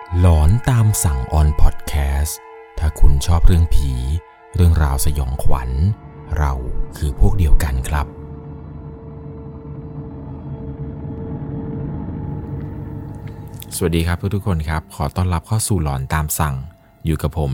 หลอนตามสั่งออนพอดแคสต์ถ้าคุณชอบเรื่องผีเรื่องราวสยองขวัญเราคือพวกเดียวกันครับสวัสดีครับทุกคนครับขอต้อนรับเข้าสู่หลอนตามสั่งอยู่กับผม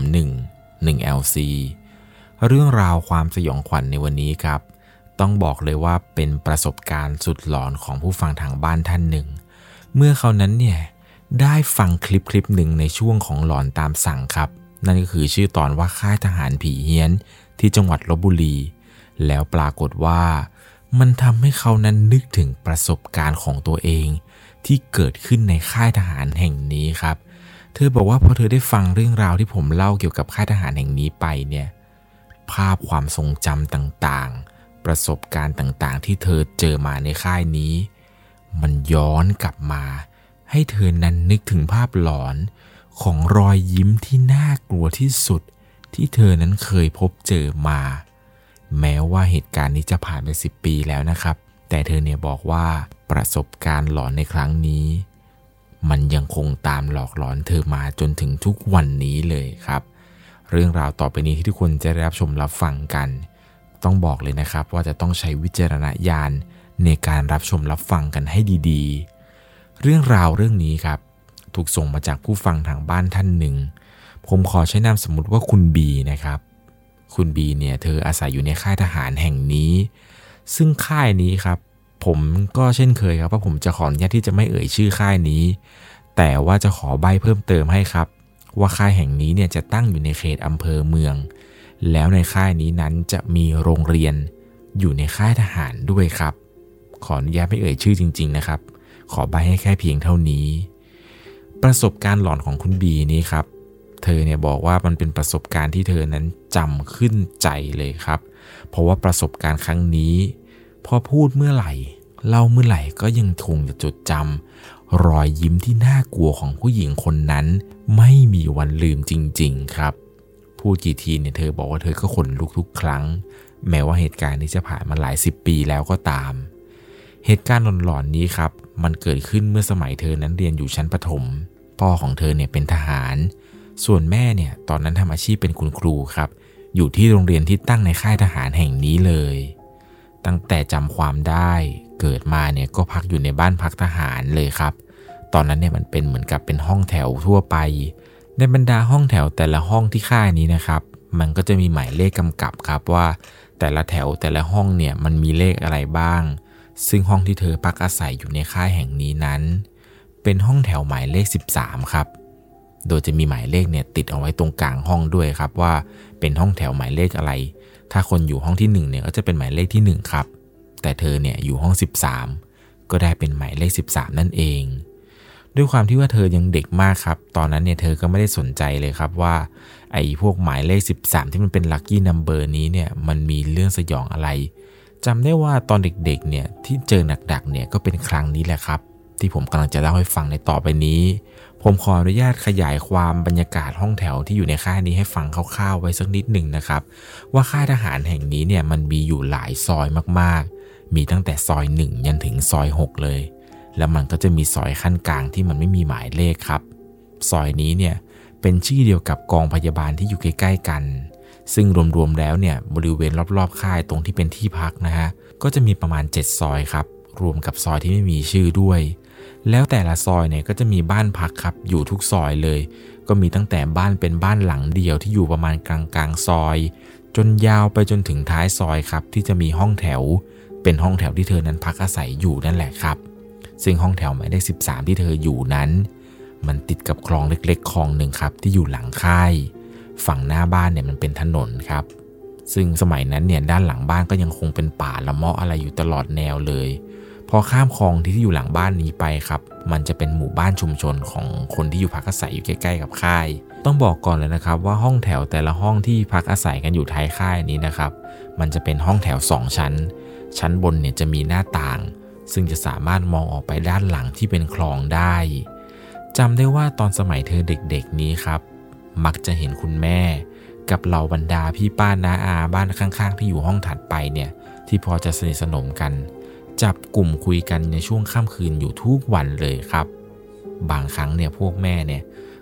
1 LC เรื่องราวความสยองขวัญในวันนี้ครับต้องบอกเลยว่าเป็นประสบการณ์สุดหลอนของผู้ฟังทางบ้านท่านหนึ่งเมื่อเขานั้นเนี่ยได้ฟังคลิปหนึ่งในช่วงของหลอนตามสั่งครับนั่นก็คือชื่อตอนว่าค่ายทหารผีเฮี้ยนที่จังหวัดลพบุรีแล้วปรากฏว่ามันทำให้เขานั้นนึกถึงประสบการณ์ของตัวเองที่เกิดขึ้นในค่ายทหารแห่งนี้ครับเธอบอกว่าพอเธอได้ฟังเรื่องราวที่ผมเล่าเกี่ยวกับค่ายทหารแห่งนี้ไปเนี่ยภาพความทรงจำต่างๆประสบการณ์ต่างๆที่เธอเจอมาในค่ายนี้มันย้อนกลับมาให้เธอนั้นนึกถึงภาพหลอนของรอยยิ้มที่น่ากลัวที่สุดที่เธอนั้นเคยพบเจอมาแม้ว่าเหตุการณ์นี้จะผ่านไป10 ปีแล้วนะครับแต่เธอเนี่ยบอกว่าประสบการณ์หลอนในครั้งนี้มันยังคงตามหลอกหลอนเธอมาจนถึงทุกวันนี้เลยครับเรื่องราวต่อไปนี้ที่ทุกคนจะได้รับชมรับฟังกันต้องบอกเลยนะครับว่าจะต้องใช้วิจารณญาณในการรับชมรับฟังกันให้ดีๆเรื่องราวเรื่องนี้ครับถูกส่งมาจากผู้ฟังทางบ้านท่านหนึ่งผมขอใช้นามสมมุติว่าคุณบีนะครับคุณบีเนี่ยเธออาศัยอยู่ในค่ายทหารแห่งนี้ซึ่งค่ายนี้ครับผมก็เช่นเคยครับว่าผมจะขออนุญาตที่จะไม่เอ่ยชื่อค่ายนี้แต่ว่าจะขอใบ้เพิ่มเติมให้ครับว่าค่ายแห่งนี้เนี่ยจะตั้งอยู่ในเขตอำเภอเมืองแล้วในค่ายนี้นั้นจะมีโรงเรียนอยู่ในค่ายทหารด้วยครับขออนุญาตไม่เอ่ยชื่อจริงๆนะครับขอใบ้ให้แค่เพียงเท่านี้ประสบการณ์หลอนของคุณบีนี้ครับเธอเนี่ยบอกว่ามันเป็นประสบการณ์ที่เธอนั้นจำขึ้นใจเลยครับเพราะว่าประสบการณ์ครั้งนี้พอพูดเมื่อไหร่เล่าเมื่อไหร่ก็ยังคงจะจดจำรอยยิ้มที่น่ากลัวของผู้หญิงคนนั้นไม่มีวันลืมจริงๆครับพูดกี่ทีเนี่ยเธอบอกว่าเธอก็ขนลุกทุกครั้งแม้ว่าเหตุการณ์นี้จะผ่านมาหลาย10 ปีแล้วก็ตามเหตุการณ์หลอนๆนี้ครับมันเกิดขึ้นเมื่อสมัยเธอนั้นเรียนอยู่ชั้นประถมพ่อของเธอเนี่ยเป็นทหารส่วนแม่เนี่ยตอนนั้นทำอาชีพเป็นคุณครูครับอยู่ที่โรงเรียนที่ตั้งในค่ายทหารแห่งนี้เลยตั้งแต่จำความได้เกิดมาเนี่ยก็พักอยู่ในบ้านพักทหารเลยครับตอนนั้นเนี่ยมันเป็นเหมือนกับเป็นห้องแถวทั่วไปในบรรดาห้องแถวแต่ละห้องที่ค่ายนี้นะครับมันก็จะมีหมายเลขกำกับครับว่าแต่ละแถวแต่ละห้องเนี่ยมันมีเลขอะไรบ้างซึ่งห้องที่เธอพักอาศัยอยู่ในค่ายแห่งนี้นั้นเป็นห้องแถวหมายเลข13ครับโดยจะมีหมายเลขเนี่ยติดเอาไว้ตรงกลางห้องด้วยครับว่าเป็นห้องแถวหมายเลขอะไรถ้าคนอยู่ห้องที่1เนี่ยก็จะเป็นหมายเลขที่1ครับแต่เธอเนี่ยอยู่ห้อง13ก็ได้เป็นหมายเลข13นั่นเองด้วยความที่ว่าเธอยังเด็กมากครับตอนนั้นเนี่ยเธอก็ไม่ได้สนใจเลยครับว่าไอ้พวกหมายเลข13ที่มันเป็นลัคกี้นัมเบอร์นี้เนี่ยมันมีเรื่องสยองอะไรจำได้ว่าตอนเด็กๆเนี่ยที่เจอหนักๆเนี่ยก็เป็นครั้งนี้แหละครับที่ผมกำลังจะเล่าให้ฟังในต่อไปนี้ผมขออนุญาตขยายความบรรยากาศห้องแถวที่อยู่ในค่ายนี้ให้ฟังคร่าวๆไว้สักนิดหนึ่งนะครับว่าค่ายทหารแห่งนี้เนี่ยมันมีอยู่หลายซอยมากๆมีตั้งแต่ซอย1ยันถึงซอย6เลยแล้วมันก็จะมีซอยขั้นกลางที่มันไม่มีหมายเลขครับซอยนี้เนี่ยเป็นชื่อเดียวกับกองพยาบาลที่อยู่ใกล้ๆกันซึ่งรวมๆแล้วเนี่ยบริเวณรอบๆค่ายตรงที่เป็นที่พักนะฮะก็จะมีประมาณ7 ซอยครับรวมกับซอยที่ไม่มีชื่อด้วยแล้วแต่ละซอยเนี่ยก็จะมีบ้านพักครับอยู่ทุกซอยเลยก็มีตั้งแต่บ้านเป็นบ้านหลังเดียวที่อยู่ประมาณกลางซอยจนยาวไปจนถึงท้ายซอยครับที่จะมีห้องแถวเป็นห้องแถวที่เธอนั้นพักอาศัยอยู่นั่นแหละครับซึ่งห้องแถวหมายเลข13ที่เธออยู่นั้นมันติดกับคลองเล็กๆคลองหนึ่งครับที่อยู่หลังค่ายฝั่งหน้าบ้านเนี่ยมันเป็นถนนครับซึ่งสมัยนั้นเนี่ยด้านหลังบ้านก็ยังคงเป็นป่าละเมาะอะไรอยู่ตลอดแนวเลยพอข้ามคลองที่อยู่หลังบ้านนี้ไปครับมันจะเป็นหมู่บ้านชุมชนของคนที่อยู่พักอาศัยอยู่ใกล้ๆกับค่ายต้องบอกก่อนเลยนะครับว่าห้องแถวแต่ละห้องที่พักอาศัยกันอยู่ท้ายค่ายนี้นะครับมันจะเป็นห้องแถว2 ชั้นชั้นบนเนี่ยจะมีหน้าต่างซึ่งจะสามารถมองออกไปด้านหลังที่เป็นคลองได้จำได้ว่าตอนสมัยเธอเด็กๆนี้ครับมักจะเห็นคุณแม่กับเหล่าบรรดาพี่ป้าน้าอาบ้านข้างๆที่อยู่ห้องถัดไปเนี่ยที่พอจะสนิทสนมกันจับกลุ่มคุยกันในช่วงค่ำคืนอยู่ทุกวันเลยครับบางครั้งเนี่ยพวกแม่เนี่ย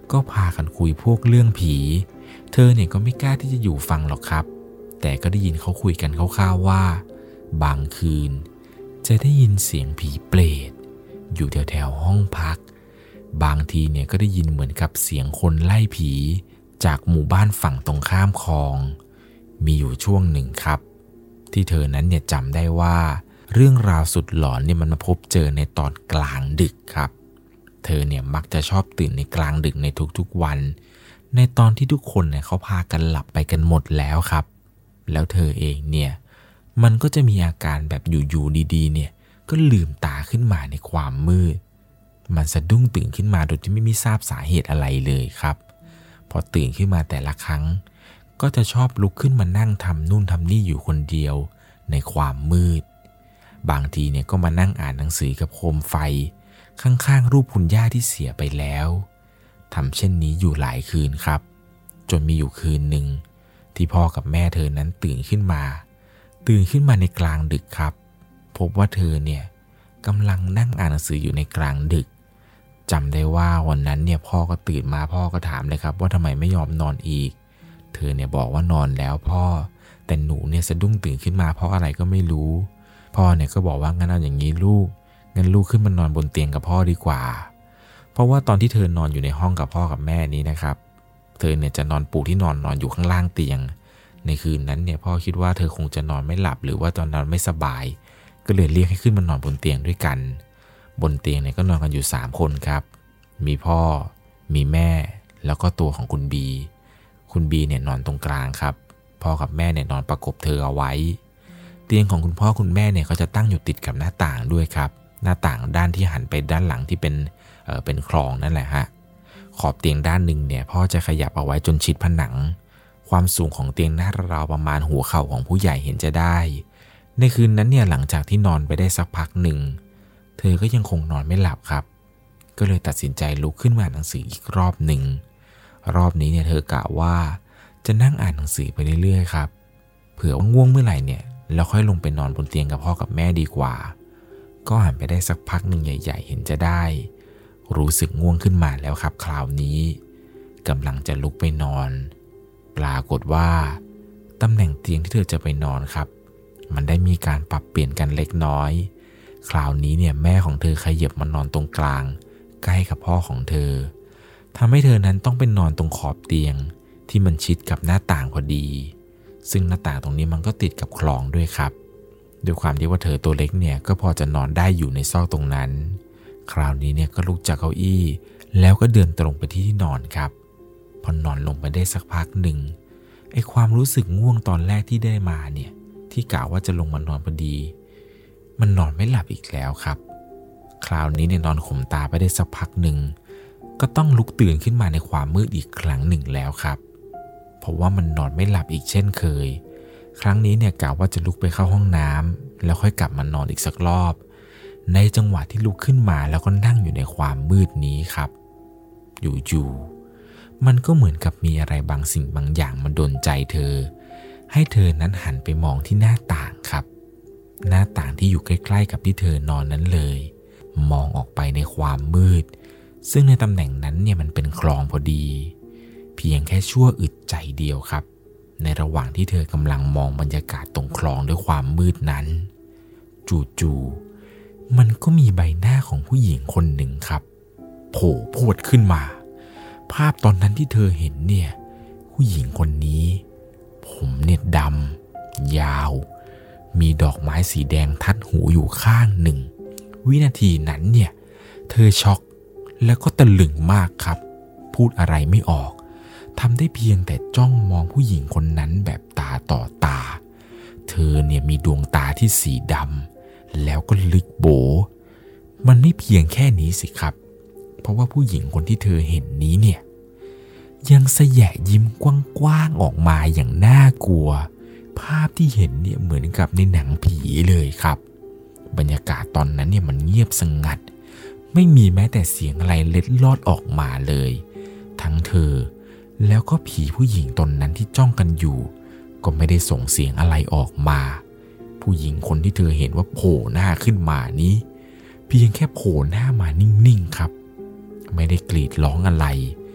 ก็พากันคุยพวกเรื่องผีเธอเนี่ยก็ไม่กล้าที่จะอยู่ฟังหรอกครับแต่ก็ได้ยินเขาคุยกันคร่าวๆว่าบางคืนจะได้ยินเสียงผีเปรตอยู่แถวๆห้องพักบางทีเนี่ยก็ได้ยินเหมือนกับเสียงคนไล่ผีจากหมู่บ้านฝั่งตรงข้ามคลองมีอยู่ช่วงหนึ่งครับที่เธอนั้นเนี่ยจำได้ว่าเรื่องราวสุดหลอนเนี่ยมันมาพบเจอในตอนกลางดึกครับเธอเนี่ยมักจะชอบตื่นในกลางดึกในทุกๆวันในตอนที่ทุกคนเนี่ยเขาพากันหลับไปกันหมดแล้วครับแล้วเธอเองเนี่ยมันก็จะมีอาการแบบอยู่ๆดีๆเนี่ยก็ลืมตาขึ้นมาในความมืดมันสะดุ้งตื่นขึ้นมาโดยที่ไม่ทราบสาเหตุอะไรเลยครับพอตื่นขึ้นมาแต่ละครั้งก็จะชอบลุกขึ้นมานั่งทำนู่นทำนี่อยู่คนเดียวในความมืดบางทีเนี่ยก็มานั่งอ่านหนังสือกับโคมไฟข้างๆรูปคุณย่าที่เสียไปแล้วทำเช่นนี้อยู่หลายคืนครับจนมีอยู่คืนหนึ่งที่พ่อกับแม่เธอนั้นตื่นขึ้นมาในกลางดึกครับพบว่าเธอเนี่ยกำลังนั่งอ่านหนังสืออยู่ในกลางดึกจำได้ว่าวันนั้นเนี่ยพ่อก็ตื่นมาพ่อก็ถามเลยครับว่าทำไมไม่ยอมนอนอีกเธอเนี่ยบอกว่านอนแล้วพ่อแต่หนูเนี่ยสะดุ้งตื่นขึ้นมาเพราะอะไรก็ไม่รู้พ่อเนี่ยก็บอกว่างั้นเอาอย่างนี้ลูกงั้นลูกขึ้นมานอนบนเตียงกับพ่อดีกว่าเพราะว่าตอนที่เธอนอนอยู่ในห้องกับพ่อกับแม่นี้นะครับเธอเนี่ยจะนอนปูที่นอนอยู่ข้างล่างเตียงในคืนนั้นเนี่ยพ่อคิดว่าเธอคงจะนอนไม่หลับหรือว่าตอนนอนไม่สบายก็เลยเรียกให้ขึ้นมานอนบนเตียงด้วยกันบนเตียงเนี่ยก็นอนกันอยู่3คนครับมีพ่อมีแม่แล้วก็ตัวของคุณบีเนี่ยนอนตรงกลางครับพ่อกับแม่เนี่ยนอนประกบเธอเอาไว้เตียงของคุณพ่อคุณแม่เนี่ยก็จะตั้งอยู่ติดกับหน้าต่างด้วยครับหน้าต่างด้านที่หันไปด้านหลังที่เป็นคลองนั่นแหละฮะขอบเตียงด้านหนึ่งเนี่ยพ่อจะขยับเอาไว้จนชิดผนังความสูงของเตียงหน้าราวประมาณหัวเข่าของผู้ใหญ่เห็นจะได้ในคืนนั้นเนี่ยหลังจากที่นอนไปได้สักพักหนึ่งเธอก็ยังคงนอนไม่หลับครับก็เลยตัดสินใจลุกขึ้นมาอ่านหนังสืออีกรอบหนึ่งรอบนี้เนี่ยเธอกะว่าจะนั่งอ่านหนังสือไปเรื่อยๆครับเผื่อว่าง่วงเมื่อไหร่เนี่ยแล้วค่อยลงไปนอนบนเตียงกับพ่อกับแม่ดีกว่าก็อ่านไปได้สักพักหนึ่งใหญ่ๆเห็นจะได้รู้สึกง่วงขึ้นมาแล้วครับคราวนี้กำลังจะลุกไปนอนปรากฏว่าตำแหน่งเตียงที่เธอจะไปนอนครับมันได้มีการปรับเปลี่ยนกันเล็กน้อยคราวนี้เนี่ยแม่ของเธอขยับมานอนตรงกลางใกล้กับพ่อของเธอทำให้เธอนั้นต้องเป็นนอนตรงขอบเตียงที่มันชิดกับหน้าต่างพอดีซึ่งหน้าต่างตรงนี้มันก็ติดกับคลองด้วยครับด้วยความที่ว่าเธอตัวเล็กเนี่ยก็พอจะนอนได้อยู่ในซอกตรงนั้นคราวนี้เนี่ยก็ลุกจากเก้าอี้แล้วก็เดินตรงไปที่นอนครับพอนอนลงไปได้สักพักหนึ่งไอ้ความรู้สึกง่วงตอนแรกที่ได้มาเนี่ยที่กะว่าจะลงมานอนพอดีมันนอนไม่หลับอีกแล้วครับคราวนี้เนี่ยนอนข่มตาไปได้สักพักหนึ่งก็ต้องลุกตื่นขึ้นมาในความมืดอีกครั้งหนึ่งแล้วครับเพราะว่ามันนอนไม่หลับอีกเช่นเคยครั้งนี้เนี่ยกะว่าจะลุกไปเข้าห้องน้ำแล้วค่อยกลับมานอนอีกสักรอบในจังหวะที่ลุกขึ้นมาแล้วก็นั่งอยู่ในความมืดนี้ครับอยู่ๆมันก็เหมือนกับมีอะไรบางสิ่งบางอย่างมาดลใจเธอให้เธอนั้นหันไปมองที่หน้าต่างครับหน้าต่างที่อยู่ใกล้ๆกับที่เธอนอนนั้นเลยมองออกไปในความมืดซึ่งในตำแหน่งนั้นเนี่ยมันเป็นคลองพอดีเพียงแค่ชั่วอึดใจเดียวครับในระหว่างที่เธอกำลังมองบรรยากาศตรงคลองด้วยความมืดนั้นจู่ๆมันก็มีใบหน้าของผู้หญิงคนหนึ่งครับโผล่พรวดขึ้นมาภาพตอนนั้นที่เธอเห็นเนี่ยผู้หญิงคนนี้ผมเนี่ยดำยาวมีดอกไม้สีแดงทัดหูอยู่ข้างหนึ่งวินาทีนั้นเนี่ยเธอช็อกแล้วก็ตะลึงมากครับพูดอะไรไม่ออกทำได้เพียงแต่จ้องมองผู้หญิงคนนั้นแบบตาต่อตาเธอเนี่ยมีดวงตาที่สีดำแล้วก็ลึกโบมันไม่เพียงแค่นี้สิครับเพราะว่าผู้หญิงคนที่เธอเห็นนี้เนี่ยยังแสยะยิ้มกว้างๆออกมาอย่างน่ากลัวภาพที่เห็นเนี่ยเหมือนกับในหนังผีเลยครับบรรยากาศตอนนั้นเนี่ยมันเงียบสงัดไม่มีแม้แต่เสียงอะไรเล็ดลอดออกมาเลยทั้งเธอแล้วก็ผีผู้หญิงตนนั้นที่จ้องกันอยู่ก็ไม่ได้ส่งเสียงอะไรออกมาผู้หญิงคนที่เธอเห็นว่าโผล่หน้าขึ้นมานี้เพียงแค่โผล่หน้ามานิ่งๆครับไม่ได้กรีดร้องอะไร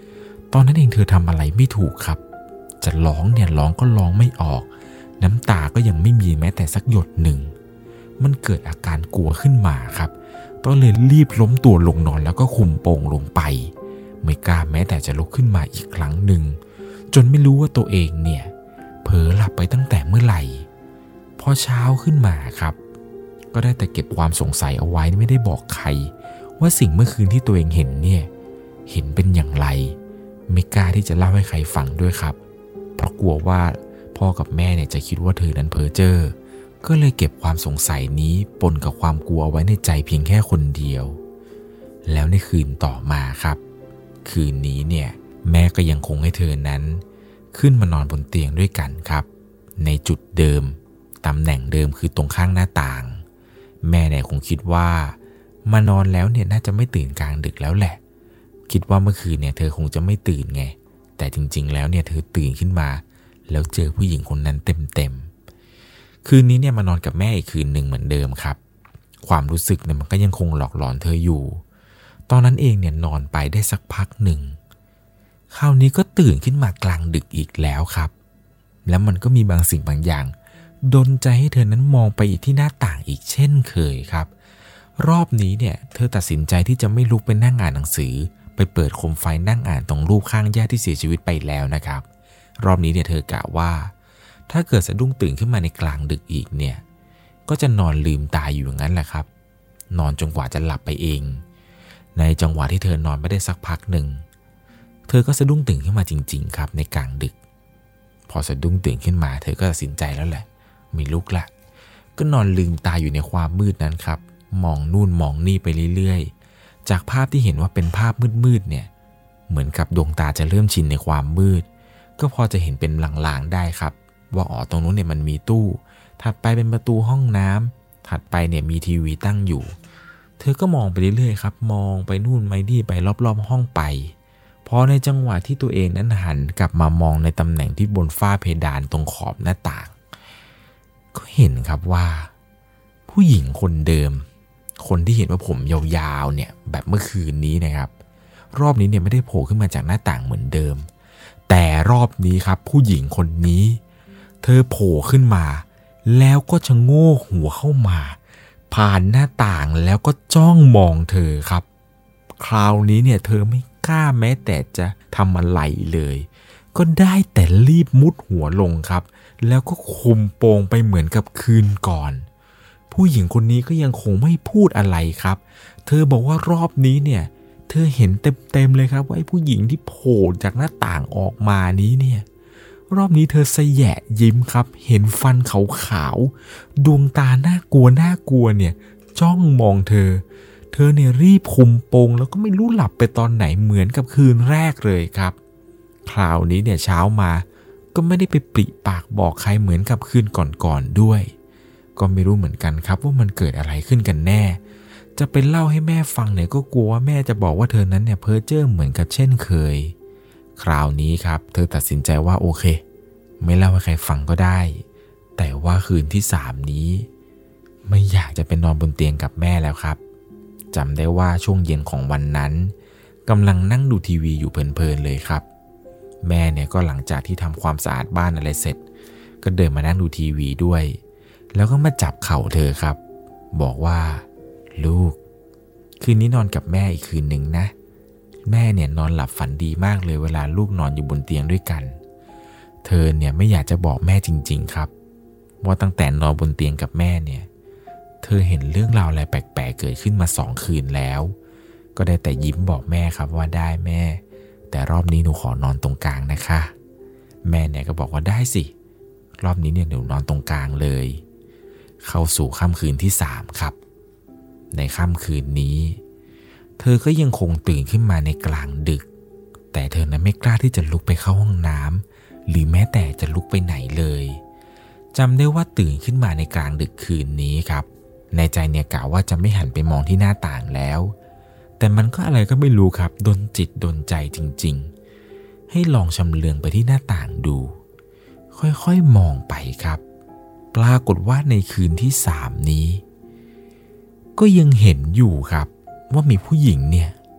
ตอนนั้นเองเธอทำอะไรไม่ถูกครับจะร้องเนี่ยร้องก็ร้องไม่ออกน้ำตาก็ยังไม่มีแม้แต่สักหยดหนึ่งมันเกิดอาการกลัวขึ้นมาครับก็เลยรีบล้มตัวลงนอนแล้วก็คุมโปงลงไปไม่กล้าแม้แต่จะลุกขึ้นมาอีกครั้งหนึ่งจนไม่รู้ว่าตัวเองเนี่ยเผลอหลับไปตั้งแต่เมื่อไหร่พอเช้าขึ้นมาครับก็ได้แต่เก็บความสงสัยเอาไว้ไม่ได้บอกใครว่าสิ่งเมื่อคืนที่ตัวเองเห็นเนี่ยเห็นเป็นอย่างไรไม่กล้าที่จะเล่าให้ใครฟังด้วยครับเพราะกลัวว่าพ่อกับแม่เนี่ยจะคิดว่าเธอนั้นเพ้อเจ้อก็เลยเก็บความสงสัยนี้ปนกับความกลัวไว้ในใจเพียงแค่คนเดียวแล้วในคืนต่อมาครับคืนนี้เนี่ยแม่ก็ยังคงให้เธอนั้นขึ้นมานอนบนเตียงด้วยกันครับในจุดเดิมตำแหน่งเดิมคือตรงข้างหน้าต่างแม่เนี่ยคงคิดว่ามานอนแล้วเนี่ยน่าจะไม่ตื่นกลางดึกแล้วแหละคิดว่าเมื่อคืนเนี่ยเธอคงจะไม่ตื่นไงแต่จริงๆแล้วเนี่ยเธอตื่นขึ้นมาแล้วเจอผู้หญิงคนนั้นเต็มคืนนี้เนี่ยมานอนกับแม่อีกคืนหนึ่งเหมือนเดิมครับความรู้สึกเนี่ยมันก็ยังคงหลอกหลอนเธออยู่ตอนนั้นเองเนี่ยนอนไปได้สักพักหนึ่งคราวนี้ก็ตื่นขึ้นมากลางดึกอีกแล้วครับแล้วมันก็มีบางสิ่งบางอย่างดลใจให้เธอนั้นมองไปอีกที่หน้าต่างอีกเช่นเคยครับรอบนี้เนี่ยเธอตัดสินใจที่จะไม่ลุกไปนั่งอ่านหนังสือไปเปิดโคมไฟนั่งอ่านตรงรูปข้างญาติที่เสียชีวิตไปแล้วนะครับรอบนี้เนี่ยเธอกะว่าถ้าเกิดสะดุ้งตื่นขึ้นมาในกลางดึกอีกเนี่ยก็จะนอนลืมตาอยู่อย่างนั้นแหละครับนอนจนกว่าจะหลับไปเองในจังหวะที่เธอนอนไม่ได้สักพักหนึ่งเธอก็สะดุ้งตื่นขึ้นมาจริงๆครับในกลางดึกพอสะดุ้งตื่นขึ้นมาเธอก็ตัดสินใจแล้วแหละไม่ลุกละก็นอนลืมตาอยู่ในความมืดนั้นครับมองนู่นมองนี่ไปเรื่อยๆจากภาพที่เห็นว่าเป็นภาพมืดๆเนี่ยเหมือนกับดวงตาจะเริ่มชินในความมืดก็พอจะเห็นเป็นลางๆได้ครับว่าอ๋อตรงนู้นเนี่ยมันมีตู้ถัดไปเป็นประตูห้องน้ำถัดไปเนี่ยมีทีวีตั้งอยู่เธอก็มองไปเรื่อยๆครับมองไปนู่นไปนี่ไปรอบๆห้องไปพอในจังหวะที่ตัวเองนั้นหันกลับมามองในตำแหน่งที่บนฝ้าเพดานตรงขอบหน้าต่างก็เห็นครับว่าผู้หญิงคนเดิมคนที่เห็นว่าผมยาวๆเนี่ยแบบเมื่อคืนนี้นะครับรอบนี้เนี่ยไม่ได้โผล่ขึ้นมาจากหน้าต่างเหมือนเดิมแต่รอบนี้ครับผู้หญิงคนนี้เธอโผล่ขึ้นมาแล้วก็ชะโงกหัวเข้ามาผ่านหน้าต่างแล้วก็จ้องมองเธอครับคราวนี้เนี่ยเธอไม่กล้าแม้แต่จะทำอะไรเลยก็ได้แต่รีบมุดหัวลงครับแล้วก็คุมโปงไปเหมือนกับคืนก่อนผู้หญิงคนนี้ก็ยังคงไม่พูดอะไรครับเธอบอกว่ารอบนี้เนี่ยเธอเห็นเต็มเลยครับว่าไอ้ผู้หญิงที่โผล่จากหน้าต่างออกมานี้เนี่ยรอบนี้เธอแสยะยิ้มครับเห็นฟันขาวๆดวงตาน่ากลัวเนี่ยจ้องมองเธอเนี่ยรีบคุมโปงแล้วก็ไม่รู้หลับไปตอนไหนเหมือนกับคืนแรกเลยครับคราวนี้เนี่ยเช้ามาก็ไม่ได้ไปปริปากบอกใครเหมือนกับคืนก่อนๆด้วยก็ไม่รู้เหมือนกันครับว่ามันเกิดอะไรขึ้นกันแน่จะไปเล่าให้แม่ฟังเนี่ยก็กลัวว่าแม่จะบอกว่าเธอนั้นเนี่ยเพ้อเจ้อเหมือนกับเช่นเคยคราวนี้ครับเธอตัดสินใจว่าโอเคไม่เล่าให้ใครฟังก็ได้แต่ว่าคืนที่3นี้ไม่อยากจะไปนอนบนเตียงกับแม่แล้วครับจำได้ว่าช่วงเย็นของวันนั้นกำลังนั่งดูทีวีอยู่เพลินๆเลยครับแม่เนี่ยก็หลังจากที่ทำความสะอาดบ้านอะไรเสร็จก็เดินมานั่งดูทีวีด้วยแล้วก็มาจับเข่าเธอครับบอกว่าลูกคืนนี้นอนกับแม่อีกคืนหนึ่งนะแม่เนี่ยนอนหลับฝันดีมากเลยเวลาลูกนอนอยู่บนเตียงด้วยกันเธอเนี่ยไม่อยากจะบอกแม่จริงๆครับว่าตั้งแต่นอนบนเตียงกับแม่เนี่ยเธอเห็นเรื่องราวอะไรแปลกๆเกิดขึ้นมา2 คืนแล้วก็ได้แต่ยิ้มบอกแม่ครับว่าได้แม่แต่รอบนี้หนูขอนอนตรงกลางนะคะแม่เนี่ยก็บอกว่าได้สิรอบนี้เนี่ยหนูนอนตรงกลางเลยเข้าสู่ค่ำคืนที่3ครับในค่ำคืนนี้เธอก็ยังคงตื่นขึ้นมาในกลางดึกแต่เธอนั้นไม่กล้าที่จะลุกไปเข้าห้องน้ำหรือแม้แต่จะลุกไปไหนเลยจำได้ว่าตื่นขึ้นมาในกลางดึกคืนนี้ครับในใจเนี่ยกะว่าจะไม่หันไปมองที่หน้าต่างแล้วแต่มันก็อะไรก็ไม่รู้ครับดลจิตดลใจจริงๆให้ลองชำเลืองไปที่หน้าต่างดูค่อยๆมองไปครับปรากฏว่าในคืนที่3นี้ก็ยังเห็นอยู่ครับว่ามีผู้หญิงเนี่ย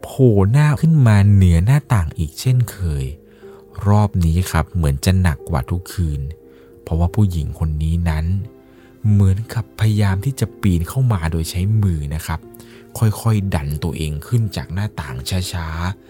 โผล่หน้าขึ้นมาเหนือหน้าต่างอีกเช่นเคยรอบนี้ครับเหมือนจะหนักกว่าทุกคืนเพราะว่าผู้หญิงคนนี้นั้นเหมือนกับพยายามที่จะปีนเข้ามาโดยใช้มือนะครับค่อยๆดันตัวเองขึ้นจากหน้าต่างช้า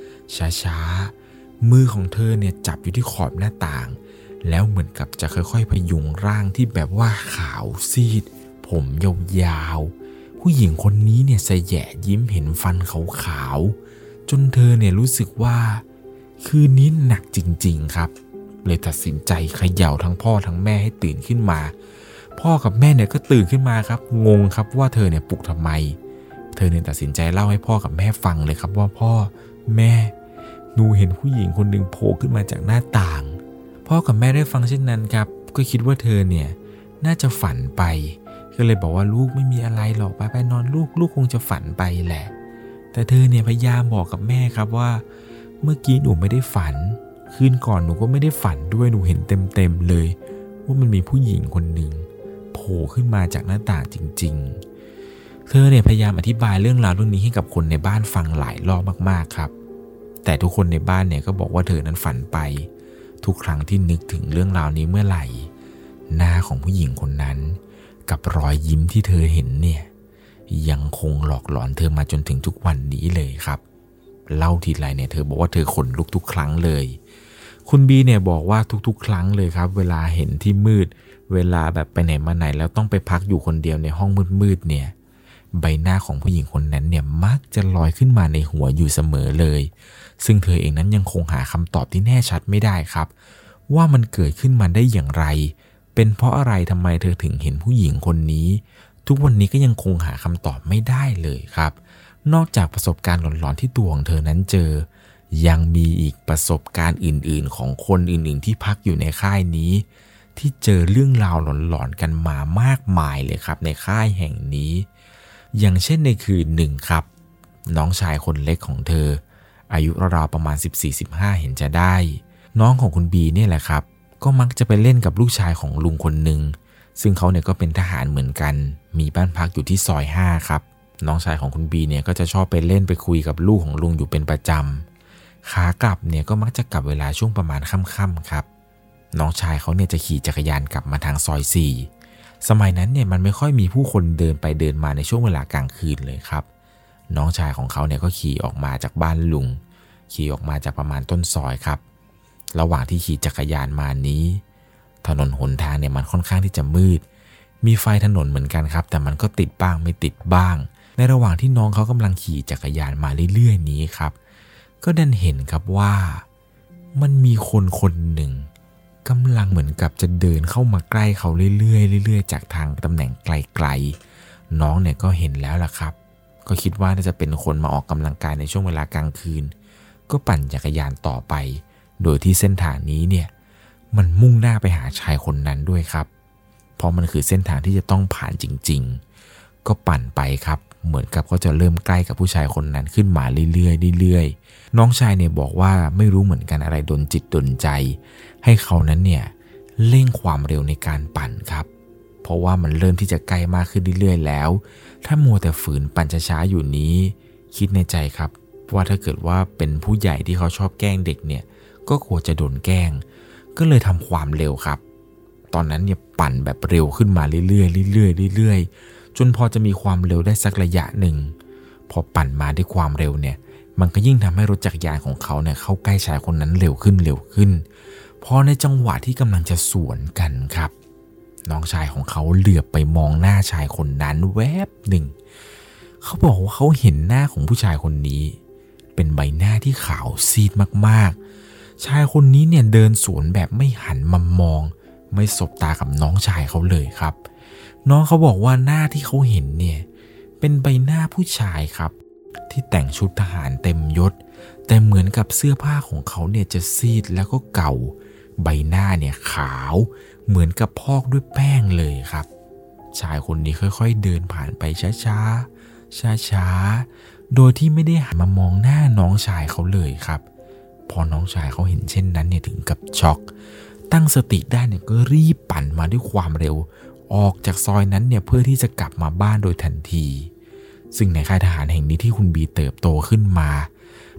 ๆมือของเธอเนี่ยจับอยู่ที่ขอบหน้าต่างแล้วเหมือนกับจะค่อยๆพยุงร่างที่แบบว่าขาวซีดผมยาวๆผู้หญิงคนนี้เนี่ยแสแยะยิ้มเห็นฟันขาวๆจนเธอเนี่ยรู้สึกว่าคืนนี้หนักจริงๆครับเลยตัดสินใจเขย่าทั้งพ่อทั้งแม่ให้ตื่นขึ้นมาพ่อกับแม่เนี่ยก็ตื่นขึ้นมาครับงงครับว่าเธอเนี่ยปลุกทำไมเธอเนี่ยตัดสินใจเล่าให้พ่อกับแม่ฟังเลยครับว่าพ่อแม่หนูเห็นผู้หญิงคนหนึ่งโผล่ขึ้นมาจากหน้าต่างพ่อกับแม่ได้ฟังเช่นนั้นครับก็คิดว่าเธอเนี่ยน่าจะฝันไปก็เลยบอกว่าลูกไม่มีอะไรหรอกไปนอนลูกคงจะฝันไปแหละแต่เธอเนี่ยพยายามบอกกับแม่ครับว่าเมื่อกี้หนูไม่ได้ฝันคืนก่อนหนูก็ไม่ได้ฝันด้วยหนูเห็นเต็มเลยว่ามันมีผู้หญิงคนหนึ่งโผล่ขึ้นมาจากหน้าต่างจริงๆเธอเนี่ยพยายามอธิบายเรื่องราวเรื่องนี้ให้กับคนในบ้านฟังหลายรอบมากๆครับแต่ทุกคนในบ้านเนี่ยก็บอกว่าเธอนั้นฝันไปทุกครั้งที่นึกถึงเรื่องราวนี้เมื่อไหร่หน้าของผู้หญิงคนนั้นกับรอยยิ้มที่เธอเห็นเนี่ยยังคงหลอกหลอนเธอมาจนถึงทุกวันนี้เลยครับเล่าทีไรเนี่ยเธอบอกว่าเธอขนลุกทุกครั้งเลยคุณบีเนี่ยบอกว่าทุกๆครั้งเลยครับเวลาเห็นที่มืดเวลาแบบไปไหนมาไหนแล้วต้องไปพักอยู่คนเดียวในห้องมืดๆเนี่ยใบหน้าของผู้หญิงคนนั้นเนี่ยมักจะลอยขึ้นมาในหัวอยู่เสมอเลยซึ่งเธอเองนั้นยังคงหาคำตอบที่แน่ชัดไม่ได้ครับว่ามันเกิดขึ้นมาได้อย่างไรเป็นเพราะอะไรทำไมเธอถึงเห็นผู้หญิงคนนี้ทุกวันนี้ก็ยังคงหาคำตอบไม่ได้เลยครับนอกจากประสบการณ์หลอนๆที่ตัวของเธอนั้นเจอยังมีอีกประสบการณ์อื่นๆของคนอื่นๆที่พักอยู่ในค่ายนี้ที่เจอเรื่องราวหลอนๆกันมามากมายเลยครับในค่ายแห่งนี้อย่างเช่นในคืนหนึ่งครับน้องชายคนเล็กของเธออายุราวๆประมาณ 14-15 เห็นจะได้น้องของคุณบีเนี่ยแหละครับก็มักจะไปเล่นกับลูกชายของลุงคนหนึ่งซึ่งเขาเนี่ยก็เป็นทหารเหมือนกันมีบ้านพักอยู่ที่ซอย 5ครับน้องชายของคุณบีเนี่ยก็จะชอบไปเล่นไปคุยกับลูกของลุงอยู่เป็นประจำขากลับเนี่ยก็มักจะกลับเวลาช่วงประมาณค่ำๆครับน้องชายเขาเนี่ยจะขี่จักรยานกลับมาทางซอย 4สมัยนั้นเนี่ยมันไม่ค่อยมีผู้คนเดินไปเดินมาในช่วงเวลากลางคืนเลยครับน้องชายของเขาเนี่ยก็ขี่ออกมาจากบ้านลุงขี่ออกมาจากประมาณต้นซอยครับระหว่างที่ขี่จักรยานมานี้ถนนหนทางเนี่ยมันค่อนข้างที่จะมืดมีไฟถนนเหมือนกันครับแต่มันก็ติดบ้างไม่ติดบ้างในระหว่างที่น้องเขากำลังขี่จักรยานมาเรื่อยๆนี้ครับก็ดันเห็นครับว่ามันมีคนหนึ่งกำลังเหมือนกับจะเดินเข้ามาใกล้เขาเรื่อยๆจากทางตำแหน่งไกลๆน้องเนี่ยก็เห็นแล้วล่ะครับก็คิดว่าน่าจะเป็นคนมาออกกำลังกายในช่วงเวลากลางคืนก็ปั่นจักรยานต่อไปโดยที่เส้นทางนี้เนี่ยมันมุ่งหน้าไปหาชายคนนั้นด้วยครับเพราะมันคือเส้นทางที่จะต้องผ่านจริงๆก็ปั่นไปครับเหมือนกับก็จะเริ่มใกล้กับผู้ชายคนนั้นขึ้นมาเรื่อยๆน้องชายเนี่ยบอกว่าไม่รู้เหมือนกันอะไรดลจิตดลใจให้เขานั้นเนี่ยเร่งความเร็วในการปั่นครับเพราะว่ามันเริ่มที่จะใกล้มากขึ้นเรื่อยๆแล้วถ้ามัวแต่ฝืนปั่นช้าๆอยู่นี้คิดในใจครับว่าถ้าเกิดว่าเป็นผู้ใหญ่ที่เขาชอบแกล้งเด็กเนี่ยก็กลัวจะโดนแกล้งก็เลยทำความเร็วครับตอนนั้นเนี่ยปั่นแบบเร็วขึ้นมาเรื่อยๆจนพอจะมีความเร็วได้สักระยะหนึ่งพอปั่นมาด้วยความเร็วเนี่ยมันก็ยิ่งทำให้รถจักรยานของเขาเนี่ยเข้าใกล้ชายคนนั้นเร็วขึ้นพอในจังหวะที่กำลังจะสวนกันครับน้องชายของเขาเหลือบไปมองหน้าชายคนนั้นแวบหนึ่งเขาบอกว่าเขาเห็นหน้าของผู้ชายคนนี้เป็นใบหน้าที่ขาวซีดมากๆชายคนนี้เนี่ยเดินสวนแบบไม่หันมามองไม่สบตากับน้องชายเขาเลยครับน้องเขาบอกว่าหน้าที่เขาเห็นเนี่ยเป็นใบหน้าผู้ชายครับที่แต่งชุดทหารเต็มยศแต่เหมือนกับเสื้อผ้าของเขาเนี่ยจะซีดแล้วก็เก่าใบหน้าเนี่ยขาวเหมือนกับพอกด้วยแป้งเลยครับชายคนนี้ค่อยๆเดินผ่านไปช้าโดยที่ไม่ได้หันมามองหน้าน้องชายเขาเลยครับพอน้องชายเขาเห็นเช่นนั้นเนี่ยถึงกับช็อกตั้งสติได้เนี่ยก็รีบปั่นมาด้วยความเร็วออกจากซอยนั้นเนี่ยเพื่อที่จะกลับมาบ้านโดยทันทีซึ่งในค่ายทหารแห่งนี้ที่คุณบีเติบโตขึ้นมา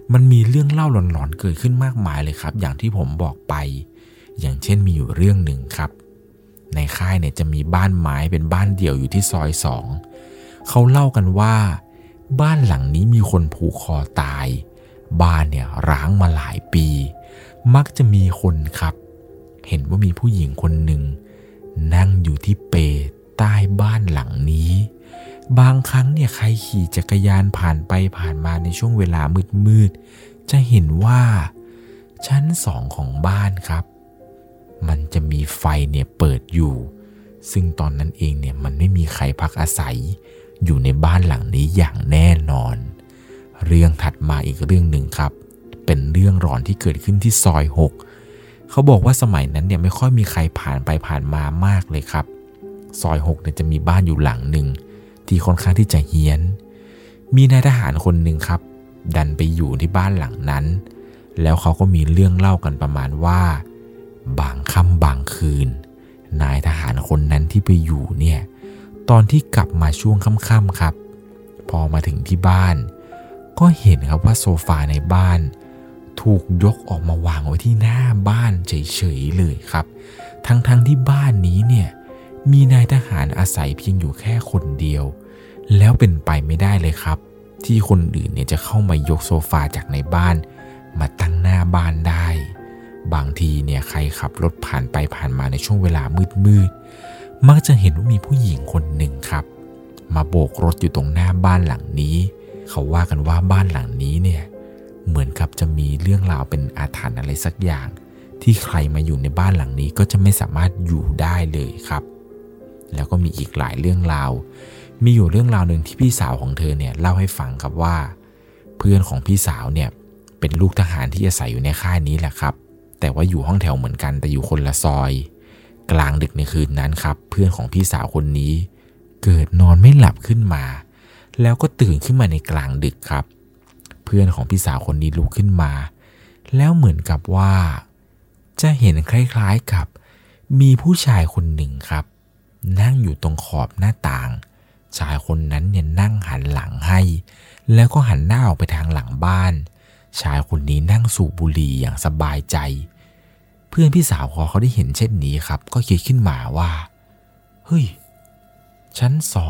มันมีเรื่องเล่าหลอนๆเกิดขึ้นมากมายเลยครับอย่างที่ผมบอกไปอย่างเช่นมีอยู่เรื่องหนึ่งครับในค่ายเนี่ยจะมีบ้านไม้เป็นบ้านเดี่ยวอยู่ที่ซอย2เขาเล่ากันว่าบ้านหลังนี้มีคนผูกคอตายบ้านเนี่ยร้างมาหลายปีมักจะมีคนครับเห็นว่ามีผู้หญิงคนหนึ่งนั่งอยู่ที่เปลใต้บ้านหลังนี้บางครั้งเนี่ยใครขี่จักรยานผ่านไปผ่านมาในช่วงเวลามืดๆจะเห็นว่าชั้น2ของบ้านครับมันจะมีไฟเนี่ยเปิดอยู่ซึ่งตอนนั้นเองเนี่ยมันไม่มีใครพักอาศัยอยู่ในบ้านหลังนี้อย่างแน่นอนเรื่องถัดมาอีกเรื่องหนึ่งครับเป็นเรื่องหลอนที่เกิดขึ้นที่ซอย6เขาบอกว่าสมัยนั้นเนี่ยไม่ค่อยมีใครผ่านไปผ่านมามากเลยครับซอย6เนี่ยจะมีบ้านอยู่หลังหนึ่งที่ค่อนข้างที่จะเฮี้ยนมีนายทหารคนหนึ่งครับดันไปอยู่ที่บ้านหลังนั้นแล้วเขาก็มีเรื่องเล่ากันประมาณว่าบางค่ำบางคืนนายทหารคนนั้นที่ไปอยู่เนี่ยตอนที่กลับมาช่วงค่ำๆครับพอมาถึงที่บ้านก็เห็นครับว่าโซฟาในบ้านถูกยกออกมาวางไว้ที่หน้าบ้านเฉยๆเลยครับทั้งที่บ้านนี้เนี่ยมีนายทหารอาศัยเพียงอยู่แค่คนเดียวแล้วเป็นไปไม่ได้เลยครับที่คนอื่นเนี่ยจะเข้ามายกโซฟาจากในบ้านมาตั้งหน้าบ้านได้บางทีเนี่ยใครขับรถผ่านไปผ่านมาในช่วงเวลามืดมักจะเห็นว่ามีผู้หญิงคนหนึ่งครับมาโบกรถอยู่ตรงหน้าบ้านหลังนี้เขาว่ากันว่าบ้านหลังนี้เนี่ยเหมือนกับจะมีเรื่องราวเป็นอาถรรพ์อะไรสักอย่างที่ใครมาอยู่ในบ้านหลังนี้ก็จะไม่สามารถอยู่ได้เลยครับแล้วก็มีอีกหลายเรื่องราวมีอยู่เรื่องราวหนึ่งที่พี่สาวของเธอเนี่ยเล่าให้ฟังครับว่าเพื่อนของพี่สาวเนี่ยเป็นลูกทหารที่อาศัยอยู่ในค่ายนี้แหละครับแต่ว่าอยู่ห้องแถวเหมือนกันแต่อยู่คนละซอยกลางดึกในคืนนั้นครับเพื่อนของพี่สาวคนนี้เกิดนอนไม่หลับขึ้นมาแล้วก็ตื่นขึ้นมาในกลางดึกครับเพื่อนของพี่สาวคนนี้ลุกขึ้นมาแล้วเหมือนกับว่าจะเห็นคล้ายๆกับมีผู้ชายคนหนึ่งครับนั่งอยู่ตรงขอบหน้าต่างชายคนนั้นเนี่ยนั่งหันหลังให้แล้วก็หันหน้าออกไปทางหลังบ้านชายคนนี้นั่งสูบบุหรี่อย่างสบายใจเพื่อนพี่สาวพอเขาได้เห็นเช่นนี้ครับก็คิดขึ้นมาว่าเฮ้ยชั้น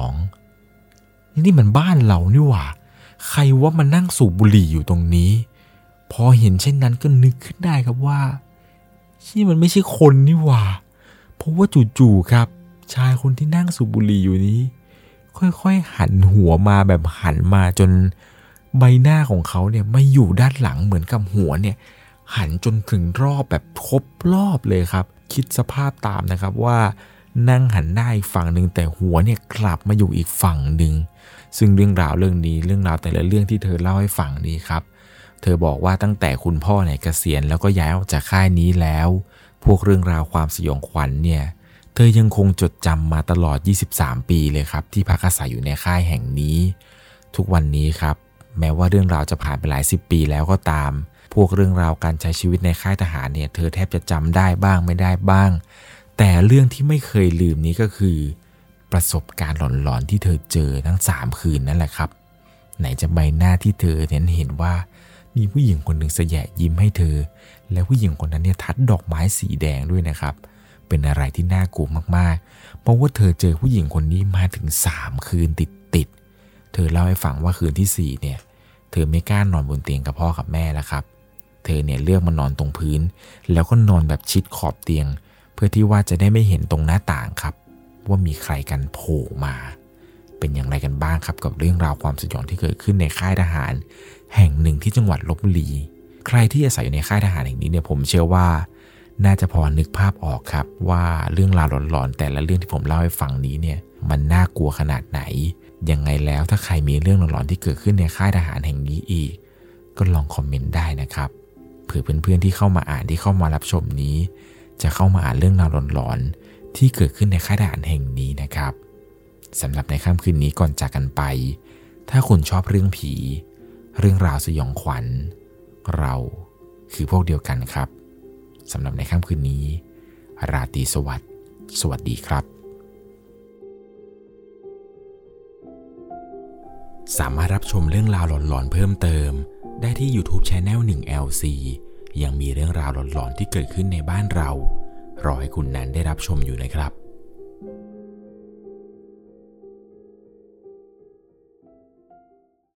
2นี่มันบ้านเรานี่หว่าใครว่ามานั่งสูบบุหรี่อยู่ตรงนี้พอเห็นเช่นนั้นก็นึกขึ้นได้ครับว่านี่มันไม่ใช่คนนี่หว่าเพราะว่าจู่ๆครับชายคนที่นั่งสูบบุหรี่อยู่นี้ค่อยๆหันหัวมาแบบหันมาจนใบหน้าของเขาเนี่ยไม่อยู่ด้านหลังเหมือนกับหัวเนี่ยหันจนถึงรอบแบบครบรอบเลยครับคิดสภาพตามนะครับว่านั่งหันหน้าอีกฝั่งหนึ่งแต่หัวเนี่ยกลับมาอยู่อีกฝั่งหนึ่งซึ่งเรื่องราวแต่ละเรื่องที่เธอเล่าให้ฟังนี้ครับเธอบอกว่าตั้งแต่คุณพ่อเนี่ยเกษียณแล้วก็ย้ายออกจากค่ายนี้แล้วพวกเรื่องราวความสยองขวัญเนี่ยเธอยังคงจดจำมาตลอด23ปีเลยครับที่พักอาศัยอยู่ในค่ายแห่งนี้ทุกวันนี้ครับแม้ว่าเรื่องราวจะผ่านไปหลาย10ปีแล้วก็ตามพวกเรื่องราวการใช้ชีวิตในค่ายทหารเนี่ยเธอแทบจะจำได้บ้างไม่ได้บ้างแต่เรื่องที่ไม่เคยลืมนี้ก็คือประสบการณ์หลอนๆที่เธอเจอทั้ง3คืนนั่นแหละครับไหนจะใบหน้าที่เธอเห็นว่ามีผู้หญิงคนหนึ่งแสยะยิ้มให้เธอและผู้หญิงคนนั้นเนี่ยทัดดอกไม้สีแดงด้วยนะครับเป็นอะไรที่น่ากลัวมากๆเพราะว่าเธอเจอผู้หญิงคนนี้มาถึง3คืนติดเธอเล่าให้ฟังว่าคืนที่4เนี่ยเธอไม่กล้านอนบนเตียงกับพ่อกับแม่แล้วครับเธอเนี่ยเลือกมานอนตรงพื้นแล้วก็นอนแบบชิดขอบเตียงเพื่อที่ว่าจะได้ไม่เห็นตรงหน้าต่างครับว่ามีใครกันโผล่มาเป็นอย่างไรกันบ้างครับกับเรื่องราวความสยองที่เกิดขึ้นในค่ายทหารแห่งหนึ่งที่จังหวัดลพบุรีใครที่อาศัยอยู่ในค่ายทหารแห่งนี้เนี่ยผมเชื่อว่าน่าจะพอนึกภาพออกครับว่าเรื่องราวหลอนๆแต่ละเรื่องที่ผมเล่าให้ฟังนี้เนี่ยมันน่ากลัวขนาดไหนยังไงแล้วถ้าใครมีเรื่องหลอนๆที่เกิดขึ้นในค่ายทหารแห่งนี้อีกก็ลองคอมเมนต์ได้นะครับเผื่อเพื่อนๆที่เข้ามาอ่านที่เข้ามารับชมนี้จะเข้ามาอ่านเรื่องราวหลอนๆที่เกิดขึ้นในค่ายทหารแห่งนี้นะครับสำหรับในค่ำคืนนี้ก่อนจากกันไปถ้าคุณชอบเรื่องผีเรื่องราวสยองขวัญเราคือพวกเดียวกันครับสำหรับในค่ำคืนนี้ราตรีสวัสดิ์สวัสดีครับสามารถรับชมเรื่องราวหลอนๆเพิ่มเติมได้ที่ YouTube Channel 1LC ยังมีเรื่องราวหลอนๆที่เกิดขึ้นในบ้านเรารอให้คุณนั้นได้รับชมอยู่นะครับ